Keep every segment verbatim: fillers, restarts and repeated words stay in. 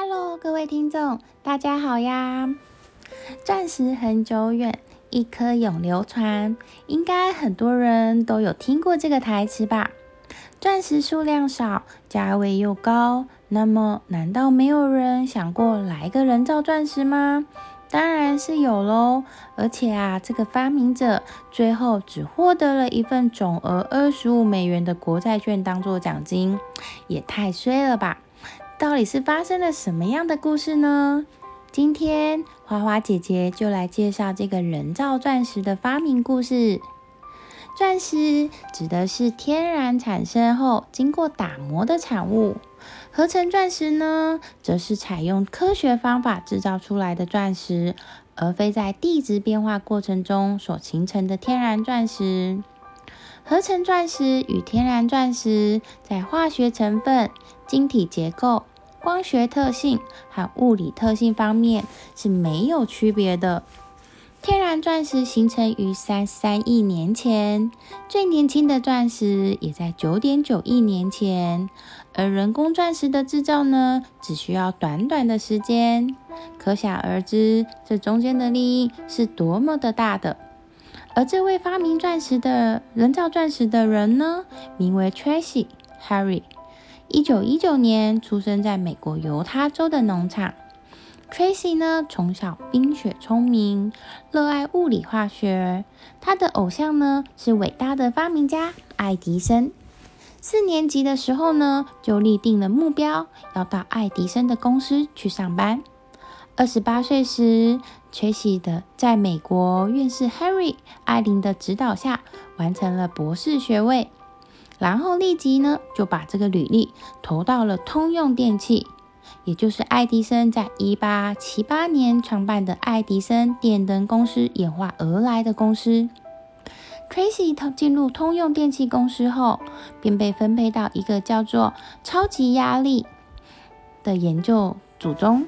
Hello， 各位听众，大家好呀！钻石很久远，一颗永流传，应该很多人都有听过这个台词吧？钻石数量少，价位又高，那么难道没有人想过来个人造钻石吗？当然是有咯，而且啊，这个发明者最后只获得了一份总额二十五美元的国债券当做奖金，也太衰了吧！到底是发生了什么样的故事呢？今天花花姐姐就来介绍这个人造钻石的发明故事。钻石指的是天然产生后经过打磨的产物，合成钻石呢，则是采用科学方法制造出来的钻石，而非在地质变化过程中所形成的天然钻石。合成钻石与天然钻石在化学成分、晶体结构、光学特性和物理特性方面是没有区别的。天然钻石形成于三十三亿年前，最年轻的钻石也在 九点九亿年前，而人工钻石的制造呢，只需要短短的时间。可想而知，这中间的利益是多么的大的。而这位发明钻石的人造钻石的人呢，名为 Tracy Harry， 一九一九年出生在美国犹他州的农场。Tracy 呢，从小冰雪聪明，热爱物理化学。他的偶像呢，是伟大的发明家爱迪生。四年级的时候呢，就立定了目标，要到爱迪生的公司去上班。二十八岁时，Tracy 的在美国院士 Harry 艾琳的指导下，完成了博士学位，然后立即呢就把这个履历投到了通用电气，也就是爱迪生在一八七八年创办的爱迪生电灯公司演化而来的公司。Tracy 进入通用电气公司后，便被分配到一个叫做超级压力的研究组中。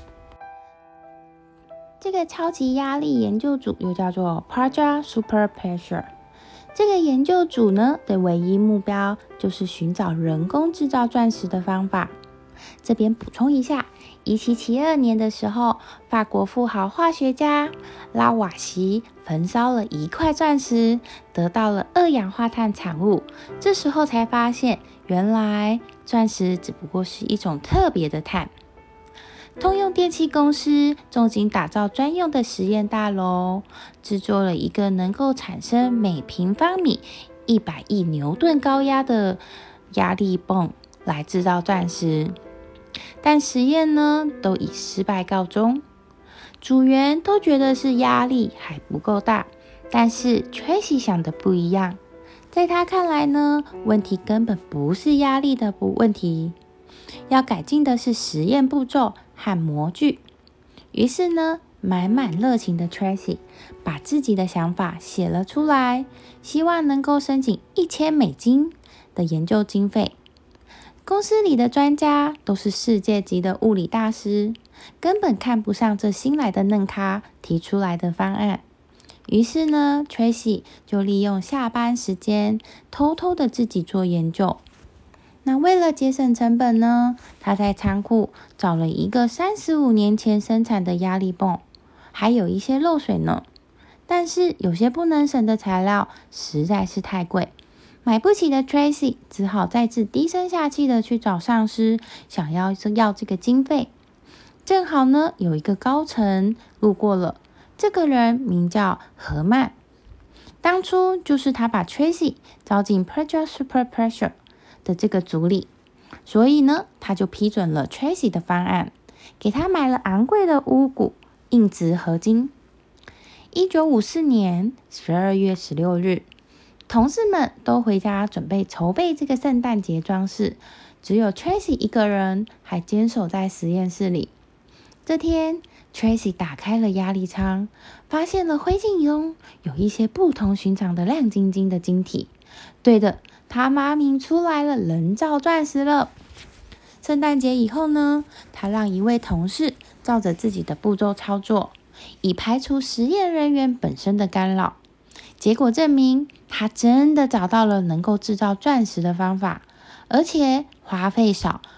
这个超级压力研究组又叫做 Project Super Pressure。 这个研究组呢的唯一目标就是寻找人工制造钻石的方法。这边补充一下，一七七二年的时候，法国富豪化学家拉瓦锡焚烧了一块钻石，得到了二氧化碳产物。这时候才发现，原来钻石只不过是一种特别的碳。通用电气公司重金打造专用的实验大楼，制作了一个能够产生每平方米一百亿牛顿高压的压力泵来制造钻石。但实验呢，都以失败告终。组员都觉得是压力还不够大，但是 Tracy 想的不一样。在他看来呢，问题根本不是压力的问题，要改进的是实验步骤和模具。于是呢，满满热情的 Tracy 把自己的想法写了出来，希望能够申请一千美金的研究经费。公司里的专家都是世界级的物理大师，根本看不上这新来的嫩咖提出来的方案。于是呢 Tracy 就利用下班时间偷偷的自己做研究。那为了节省成本呢，他在仓库找了一个三十五年前生产的压力泵，还有一些漏水呢。但是有些不能省的材料实在是太贵，买不起的 Tracy 只好再次低声下气的去找上司，想要要这个经费。正好呢，有一个高层路过了，这个人名叫何曼，当初就是他把 Tracy 招进 Project Super Pressure 的这个组里，所以呢，他就批准了 Tracy 的方案，给他买了昂贵的钨骨硬质合金。一九五四年十二月十六日，同事们都回家准备筹备这个圣诞节装饰，只有 Tracy 一个人还坚守在实验室里。这天 Tracy 打开了压力舱，发现了灰烬中有一些不同寻常的亮晶晶的晶体。对的，他发明出来了人造钻石了。圣诞节以后呢，他让一位同事照着自己的步骤操作，以排除实验人员本身的干扰。结果证明，他真的找到了能够制造钻石的方法，而且花费少，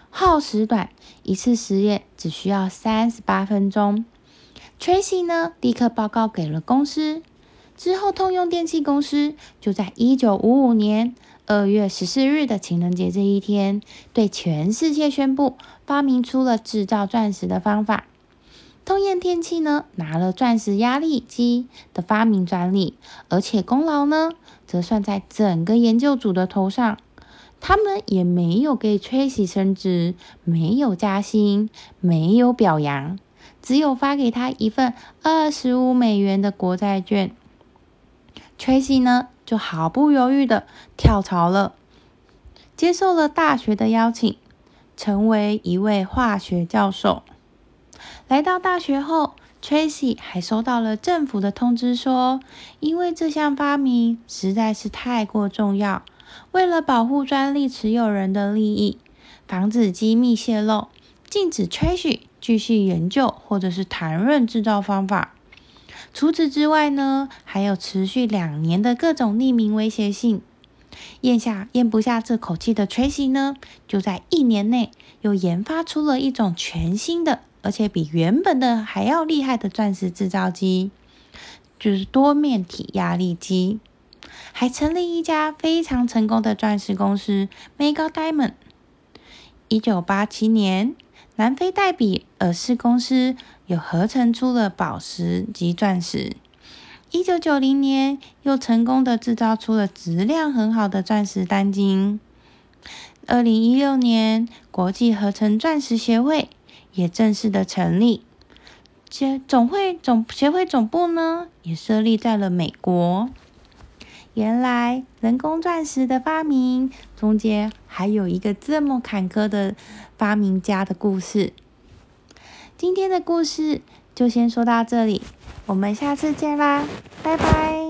耗时短，一次实验只需要三十八分钟。Tracy 呢，立刻报告给了公司。之后，通用电气公司就在一九五五年二月十四日的情人节这一天，对全世界宣布发明出了制造钻石的方法。通用电气呢，拿了钻石压力机的发明专利，而且功劳呢，则算在整个研究组的头上。他们也没有给 Tracy 升职，没有加薪，没有表扬，只有发给他一份二十五美元的国债券。Tracy 呢，就毫不犹豫的跳槽了，接受了大学的邀请，成为一位化学教授。来到大学后， Tracy 还收到了政府的通知说，因为这项发明实在是太过重要，为了保护专利持有人的利益，防止机密泄露，禁止 Tracy 继续研究或者是谈论制造方法。除此之外呢，还有持续两年的各种匿名威胁信。咽下咽不下这口气的 Tracy 呢，就在一年内又研发出了一种全新的，而且比原本的还要厉害的钻石制造机，就是多面体压力机。还成立一家非常成功的钻石公司 Mega Diamond。一九八七年，南非戴比尔斯公司有合成出了宝石及钻石。一九九零年，又成功的制造出了质量很好的钻石单晶。二零一六年，国际合成钻石协会也正式的成立，协总会总协会总部呢，也设立在了美国。原来人工钻石的发明中间还有一个这么坎坷的发明家的故事。今天的故事就先说到这里，我们下次见啦，拜拜。